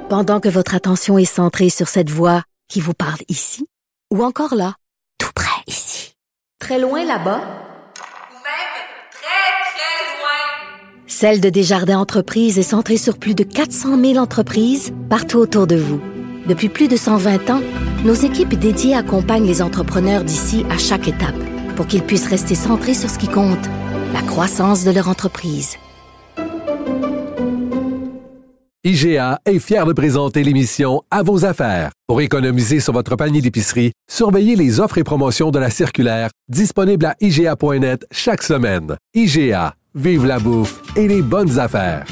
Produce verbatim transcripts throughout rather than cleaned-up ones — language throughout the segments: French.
Pendant que votre attention est centrée sur cette voix qui vous parle ici, ou encore là, tout près ici, très loin là-bas, ou même très, très loin. Celle de Desjardins Entreprises est centrée sur plus de quatre cent mille entreprises partout autour de vous. Depuis plus de cent vingt ans, nos équipes dédiées accompagnent les entrepreneurs d'ici à chaque étape pour qu'ils puissent rester centrés sur ce qui compte, la croissance de leur entreprise. I G A est fier de présenter l'émission À vos affaires. Pour économiser sur votre panier d'épicerie, surveillez les offres et promotions de la circulaire disponible à I G A point net chaque semaine. I G A, vive la bouffe et les bonnes affaires.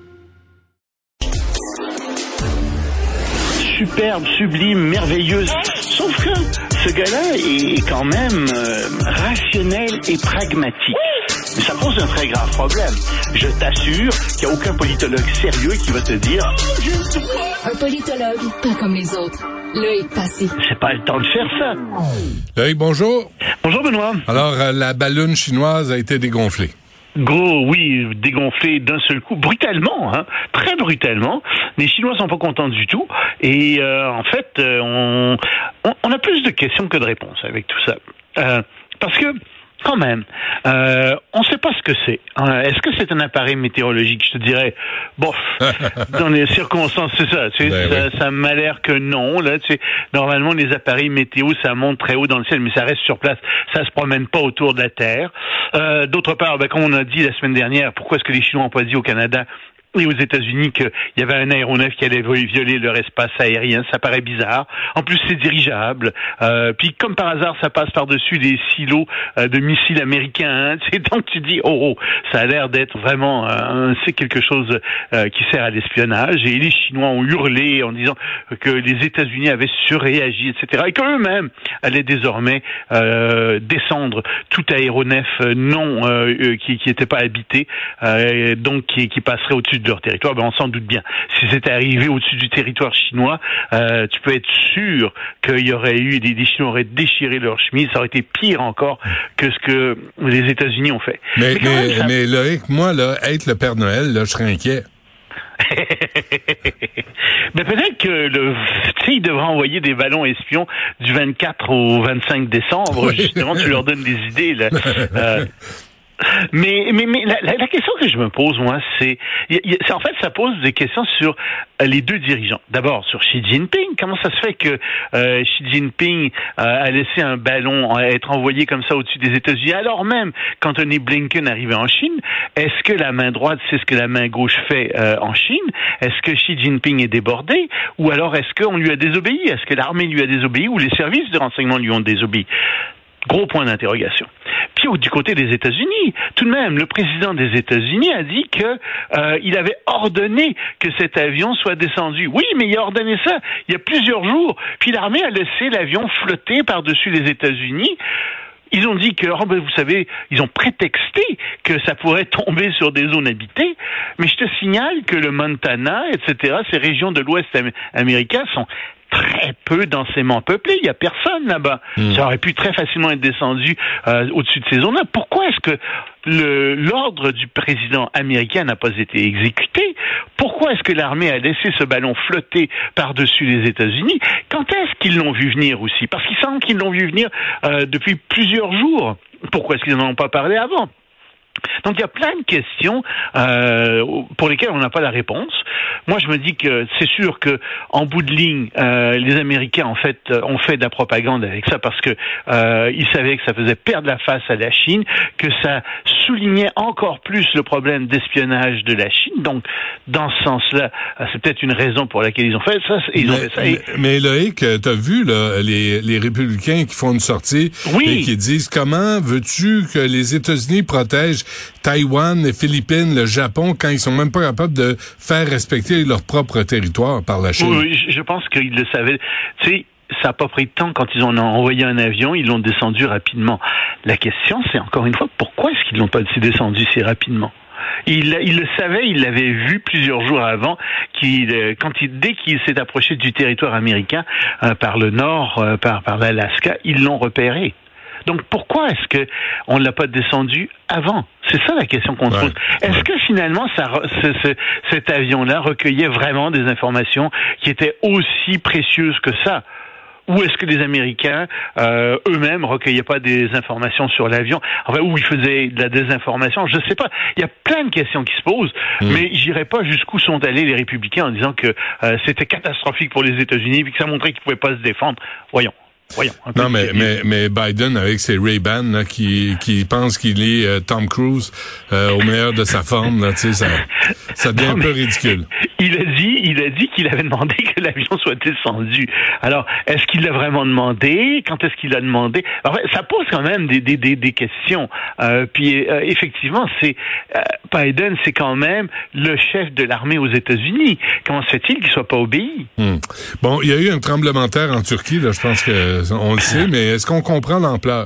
Superbe, sublime, merveilleuse. Sauf que ce gars-là est quand même euh, rationnel et pragmatique. Mais ça pose un très grave problème. Je t'assure qu'il n'y a aucun politologue sérieux qui va te dire « Un politologue, pas comme les autres. Loïc Passy. » C'est pas le temps de faire ça. Loïc, bonjour. Bonjour, Benoît. Alors, euh, la balloune chinoise a été dégonflée. Gros, oui, dégonflé d'un seul coup, brutalement, hein, très brutalement. Les Chinois sont pas contents du tout. Et euh, en fait, euh, on, on, on a plus de questions que de réponses avec tout ça. Euh, parce que, quand même, euh, on ne sait pas ce que c'est. Hein. Est-ce que c'est un appareil météorologique? Je te dirais, bof, dans les circonstances, c'est ça. Tu sais, ben ça, oui. ça m'a l'air que non. Là, tu sais, normalement, les appareils météo, ça monte très haut dans le ciel, mais ça reste sur place. Ça se promène pas autour de la Terre. Euh, d'autre part, ben, comme on a dit la semaine dernière, pourquoi est-ce que les Chinois n'ont pas dit au Canada et aux États-Unis qu'il y avait un aéronef qui allait violer leur espace aérien? Ça paraît bizarre. En plus, c'est dirigeable. Euh, puis, comme par hasard, ça passe par-dessus des silos euh, de missiles américains. Hein. Donc, tu dis, oh, oh, ça a l'air d'être vraiment, euh, c'est quelque chose euh, qui sert à l'espionnage. Et les Chinois ont hurlé en disant que les États-Unis avaient surréagi, et cetera. Et qu'eux-mêmes allaient désormais euh, descendre tout aéronef non euh, qui qui n'était pas habité, euh, donc qui, qui passerait au-dessus de leur territoire. Ben on s'en doute bien. Si c'était arrivé au-dessus du territoire chinois, euh, tu peux être sûr qu'il y aurait eu des, des Chinois auraient déchiré leur chemise. Ça aurait été pire encore que ce que les États-Unis ont fait. Mais mais, mais, ça... mais Loïc, moi là, être le Père Noël, là, je serais inquiet. Mais peut-être que le, tu sais, il devra envoyer des ballons espions du vingt-quatre au vingt-cinq décembre. Oui. Justement, tu leur donnes des idées là. Euh, Mais, mais, mais la, la, la question que je me pose, moi, c'est, y, y, c'est en fait, ça pose des questions sur euh, les deux dirigeants. D'abord, sur Xi Jinping. Comment ça se fait que euh, Xi Jinping euh, a laissé un ballon être envoyé comme ça au-dessus des États-Unis, alors même qu'Anthony Blinken arrivait en Chine? Est-ce que la main droite sait ce que la main gauche fait euh, en Chine? Est-ce que Xi Jinping est débordé? Ou alors est-ce qu'on lui a désobéi? Est-ce que l'armée lui a désobéi? Ou les services de renseignement lui ont désobéi? Gros point d'interrogation. Puis du côté des États-Unis, tout de même, le président des États-Unis a dit que euh, il avait ordonné que cet avion soit descendu. Oui, mais il a ordonné ça il y a plusieurs jours. Puis l'armée a laissé l'avion flotter par-dessus les États-Unis. Ils ont dit que, oh ben, vous savez, ils ont prétexté que ça pourrait tomber sur des zones habitées, mais je te signale que le Montana, et cetera, ces régions de l'Ouest am- américain sont très peu densément peuplées. Il y a personne là-bas. Mmh. Ça aurait pu très facilement être descendu euh, au-dessus de ces zones-là. Pourquoi est-ce que le, l'ordre du président américain n'a pas été exécuté? Pourquoi est-ce que l'armée a laissé ce ballon flotter par-dessus les États-Unis? Quand est-ce qu'ils l'ont vu venir aussi? Parce qu'il semble qu'ils l'ont vu venir euh, depuis plusieurs jours. Pourquoi est-ce qu'ils n'en ont pas parlé avant? Donc il y a plein de questions euh, pour lesquelles on n'a pas la réponse. Moi je me dis que c'est sûr que en bout de ligne, euh, les Américains en fait ont fait de la propagande avec ça parce que euh, ils savaient que ça faisait perdre la face à la Chine, que ça soulignait encore plus le problème d'espionnage de la Chine. Donc dans ce sens-là, c'est peut-être une raison pour laquelle ils ont fait ça. Ils mais, ont fait ça. Et... mais, mais Loïc, t'as vu là, les, les républicains qui font une sortie oui. et qui disent comment veux-tu que les États-Unis protègent Taïwan, les Philippines, le Japon, quand ils sont même pas capables de faire respecter leur propre territoire par la Chine. Oui, je pense qu'ils le savaient. Tu sais, ça n'a pas pris de temps quand ils ont envoyé un avion, ils l'ont descendu rapidement. La question, c'est encore une fois, pourquoi est-ce qu'ils l'ont pas descendu si rapidement? Il, il le savait, il l'avait vu plusieurs jours avant, qu'il, quand il, dès qu'il s'est approché du territoire américain euh, par le nord, euh, par, par l'Alaska, ils l'ont repéré. Donc pourquoi est-ce que on l'a pas descendu avant? C'est ça la question qu'on se ouais. pose. Est-ce ouais. que finalement ça, ce, ce, cet avion-là recueillait vraiment des informations qui étaient aussi précieuses que ça? Ou est-ce que les Américains euh, eux-mêmes recueillaient pas des informations sur l'avion? Enfin, ou ils faisaient de la désinformation? Je sais pas. Il y a plein de questions qui se posent, mmh. mais j'irai pas jusqu'où sont allés les républicains en disant que euh, c'était catastrophique pour les États-Unis et que ça montrait qu'ils pouvaient pas se défendre. Voyons. Voyons. Non, mais, mais, mais Biden, avec ses Ray-Ban, là, qui, qui pense qu'il est euh, Tom Cruise euh, au meilleur de sa forme, là, tu sais, ça, ça devient non, un peu ridicule. Il a dit, il a dit qu'il avait demandé que l'avion soit descendu. Alors, est-ce qu'il l'a vraiment demandé? Quand est-ce qu'il l'a demandé? En fait, ça pose quand même des, des, des, des questions. Euh, puis, euh, effectivement, c'est euh, Biden, c'est quand même le chef de l'armée aux États-Unis. Comment se fait-il qu'il soit pas obéi? Hmm. Bon, il y a eu un tremblement de terre en Turquie, là, je pense que on le sait, mais est-ce qu'on comprend l'ampleur?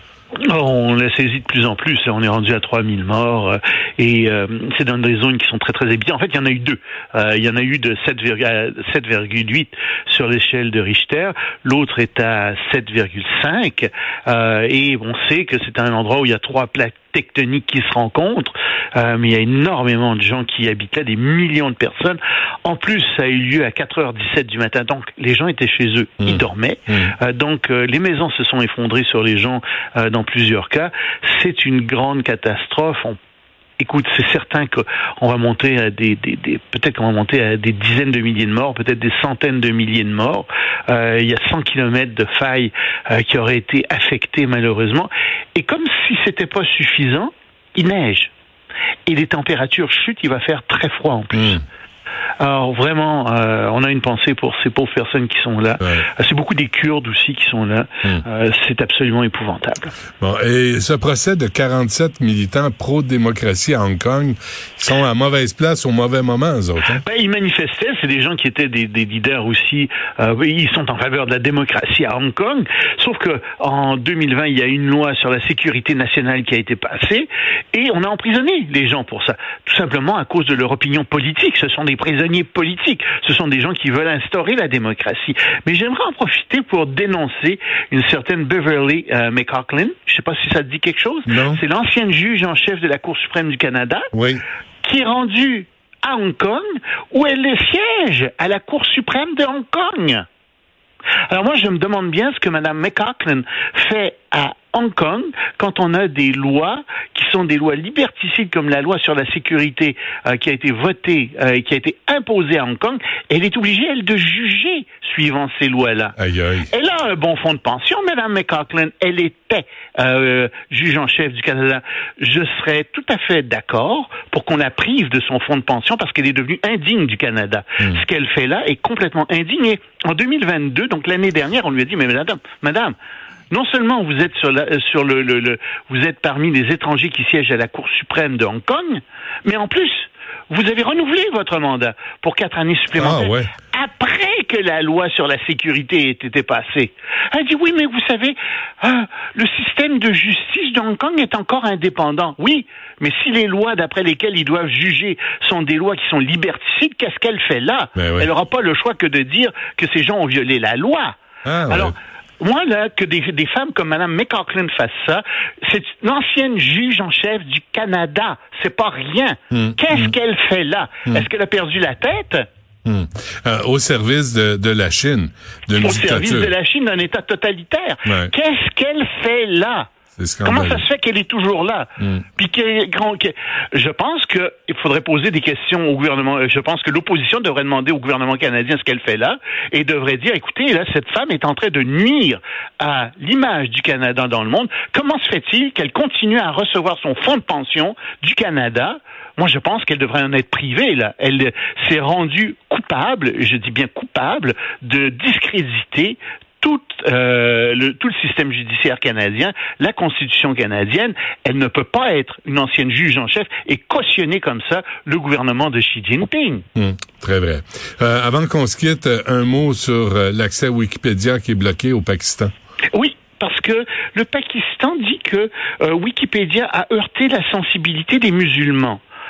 On l'a saisi de plus en plus. On est rendu à trois mille morts euh, et euh, c'est dans des zones qui sont très très habitées. En fait, il y en a eu deux. Euh, il y en a eu de sept virgule huit sur l'échelle de Richter. L'autre est à sept virgule cinq. Euh, et on sait que c'est un endroit où il y a trois plaques tectoniques qui se rencontrent. Euh, mais il y a énormément de gens qui habitent là, des millions de personnes. En plus, ça a eu lieu à quatre heures dix-sept du matin. Donc, les gens étaient chez eux. Mmh. Ils dormaient. Mmh. Euh, donc, euh, les maisons se sont effondrées sur les gens euh, dans plusieurs cas. C'est une grande catastrophe. On Écoute, c'est certain qu'on va monter à des, des, des peut-être qu'on va monter à des dizaines de milliers de morts, peut-être des centaines de milliers de morts. Euh, il y a cent kilomètres de failles euh, qui auraient été affectées malheureusement. Et comme si c'était pas suffisant, il neige. Et les températures chutent, il va faire très froid en plus. Mmh. Alors vraiment, euh, on a une pensée pour ces pauvres personnes qui sont là. Ouais. C'est beaucoup des Kurdes aussi qui sont là. Mmh. Euh, c'est absolument épouvantable. Bon, et ce procès de quarante-sept militants pro-démocratie à Hong Kong, ils sont à mauvaise place au mauvais moment, eux autres. Hein? Ben, ils manifestaient, c'est des gens qui étaient des, des leaders aussi. Euh, ils sont en faveur de la démocratie à Hong Kong. Sauf que en deux mille vingt, il y a une loi sur la sécurité nationale qui a été passée et on a emprisonné les gens pour ça. Tout simplement à cause de leur opinion politique. Ce sont des prisonniers politiques. Ce sont des gens qui veulent instaurer la démocratie. Mais j'aimerais en profiter pour dénoncer une certaine Beverly euh, McLachlin. Je ne sais pas si ça te dit quelque chose. Non. C'est l'ancienne juge en chef de la Cour suprême du Canada. Oui. Qui est rendue à Hong Kong, où elle siège à la Cour suprême de Hong Kong. Alors moi, je me demande bien ce que Mme McLachlin fait à Hong Kong quand on a des lois qui sont des lois liberticides comme la loi sur la sécurité euh, qui a été votée euh, et qui a été imposée à Hong Kong. Elle est obligée, elle, de juger suivant ces lois-là. Aïe, aïe. Elle a un bon fonds de pension, Mme McLachlin. Elle était euh, juge en chef du Canada. Je serais tout à fait d'accord pour qu'on la prive de son fonds de pension parce qu'elle est devenue indigne du Canada. Mmh. Ce qu'elle fait là est complètement indigne. Et en deux mille vingt-deux, donc l'année dernière, on lui a dit, mais madame, madame, non seulement vous êtes sur, la, sur le, le, le, vous êtes parmi les étrangers qui siègent à la Cour suprême de Hong Kong, mais en plus, vous avez renouvelé votre mandat pour quatre années supplémentaires. Ah, ouais. Après que la loi sur la sécurité ait été passée. Elle dit, oui, mais vous savez, euh, le système de justice de Hong Kong est encore indépendant. Oui, mais si les lois d'après lesquelles ils doivent juger sont des lois qui sont liberticides, qu'est-ce qu'elle fait là? Ben ouais. Elle n'aura pas le choix que de dire que ces gens ont violé la loi. Ah, ouais. Alors, moi, là, que des, des femmes comme Mme McLachlin fassent ça, c'est une ancienne juge en chef du Canada. C'est pas rien. Mmh, Qu'est-ce mmh. qu'elle fait là? Mmh. Est-ce qu'elle a perdu la tête? Mmh. Euh, au service de, de la Chine, d'une Au dictature. service de la Chine, d'un État totalitaire. Ouais. Qu'est-ce qu'elle fait là? Comment ça se fait qu'elle est toujours là? Mm. Puis que, que, je pense que il faudrait poser des questions au gouvernement. Je pense que l'opposition devrait demander au gouvernement canadien ce qu'elle fait là et devrait dire, écoutez, là, cette femme est en train de nuire à l'image du Canada dans le monde. Comment se fait-il qu'elle continue à recevoir son fonds de pension du Canada? Moi, je pense qu'elle devrait en être privée, là. Elle s'est rendue coupable, je dis bien coupable, de discréditer Tout, euh, le, tout le système judiciaire canadien, la Constitution canadienne. Elle ne peut pas être une ancienne juge en chef et cautionner comme ça le gouvernement de Xi Jinping. Mmh, très vrai. Euh, avant qu'on se quitte, un mot sur euh, l'accès à Wikipédia qui est bloqué au Pakistan. Oui. Parce que le Pakistan dit que euh, Wikipédia a heurté la sensibilité des musulmans.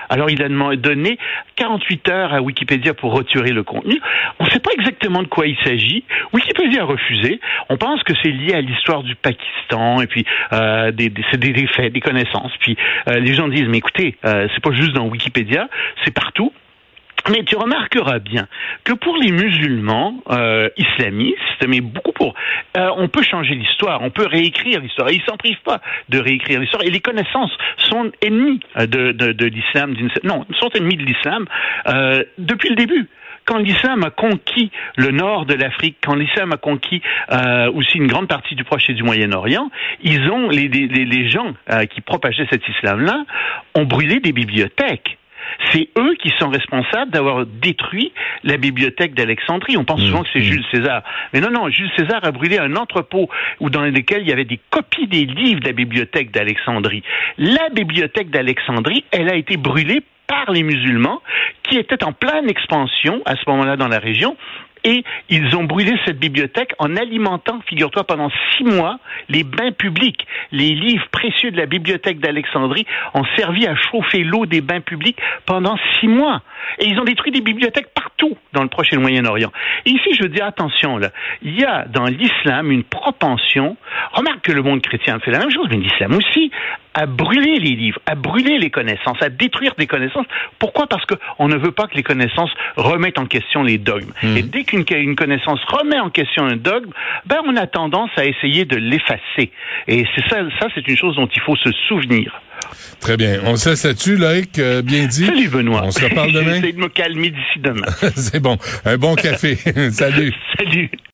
Alors il a donné quarante-huit heures à Wikipédia pour retirer le contenu. On ne sait pas exactement de quoi il s'agit. Wikipédia a refusé. On pense que c'est lié à l'histoire du Pakistan et puis euh, des, des, c'est des, des faits, des connaissances. Puis euh, les gens disent mais écoutez, euh, c'est pas juste dans Wikipédia, c'est partout. Mais tu remarqueras bien que pour les musulmans euh, islamistes, mais beaucoup pour, euh, on peut changer l'histoire, on peut réécrire l'histoire. Et ils s'en privent pas de réécrire l'histoire. Et les connaissances sont ennemies de, de, de l'islam, d'une, non, sont ennemies de l'islam euh, depuis le début. Quand l'islam a conquis le nord de l'Afrique, quand l'islam a conquis euh, aussi une grande partie du Proche et du Moyen-Orient, ils ont les, les, les gens euh, qui propageaient cet islam-là ont brûlé des bibliothèques. C'est eux qui sont responsables d'avoir détruit la bibliothèque d'Alexandrie. On pense souvent que c'est Jules César. Mais non, non, Jules César a brûlé un entrepôt où dans lequel il y avait des copies des livres de la bibliothèque d'Alexandrie. La bibliothèque d'Alexandrie, elle a été brûlée par les musulmans qui étaient en pleine expansion à ce moment-là dans la région. Et ils ont brûlé cette bibliothèque en alimentant, figure-toi, pendant six mois, les bains publics. Les livres précieux de la bibliothèque d'Alexandrie ont servi à chauffer l'eau des bains publics pendant six mois. Et ils ont détruit des bibliothèques partout dans le Proche et le Moyen-Orient. Et ici, je veux dire, attention, là, il y a dans l'islam une propension, remarque que le monde chrétien fait la même chose, mais l'islam aussi, à brûler les livres, à brûler les connaissances, à détruire des connaissances. Pourquoi? Parce qu'on ne veut pas que les connaissances remettent en question les dogmes. Mmh. Et dès qu'une une connaissance remet en question un dogme, ben on a tendance à essayer de l'effacer. Et c'est ça, ça c'est une chose dont il faut se souvenir. Très bien. On se laisse là-dessus, Loïc, euh, bien dit. Salut Benoît. On se reparle demain. J'essaie de me calmer d'ici demain. C'est bon. Un bon café. Salut. Salut.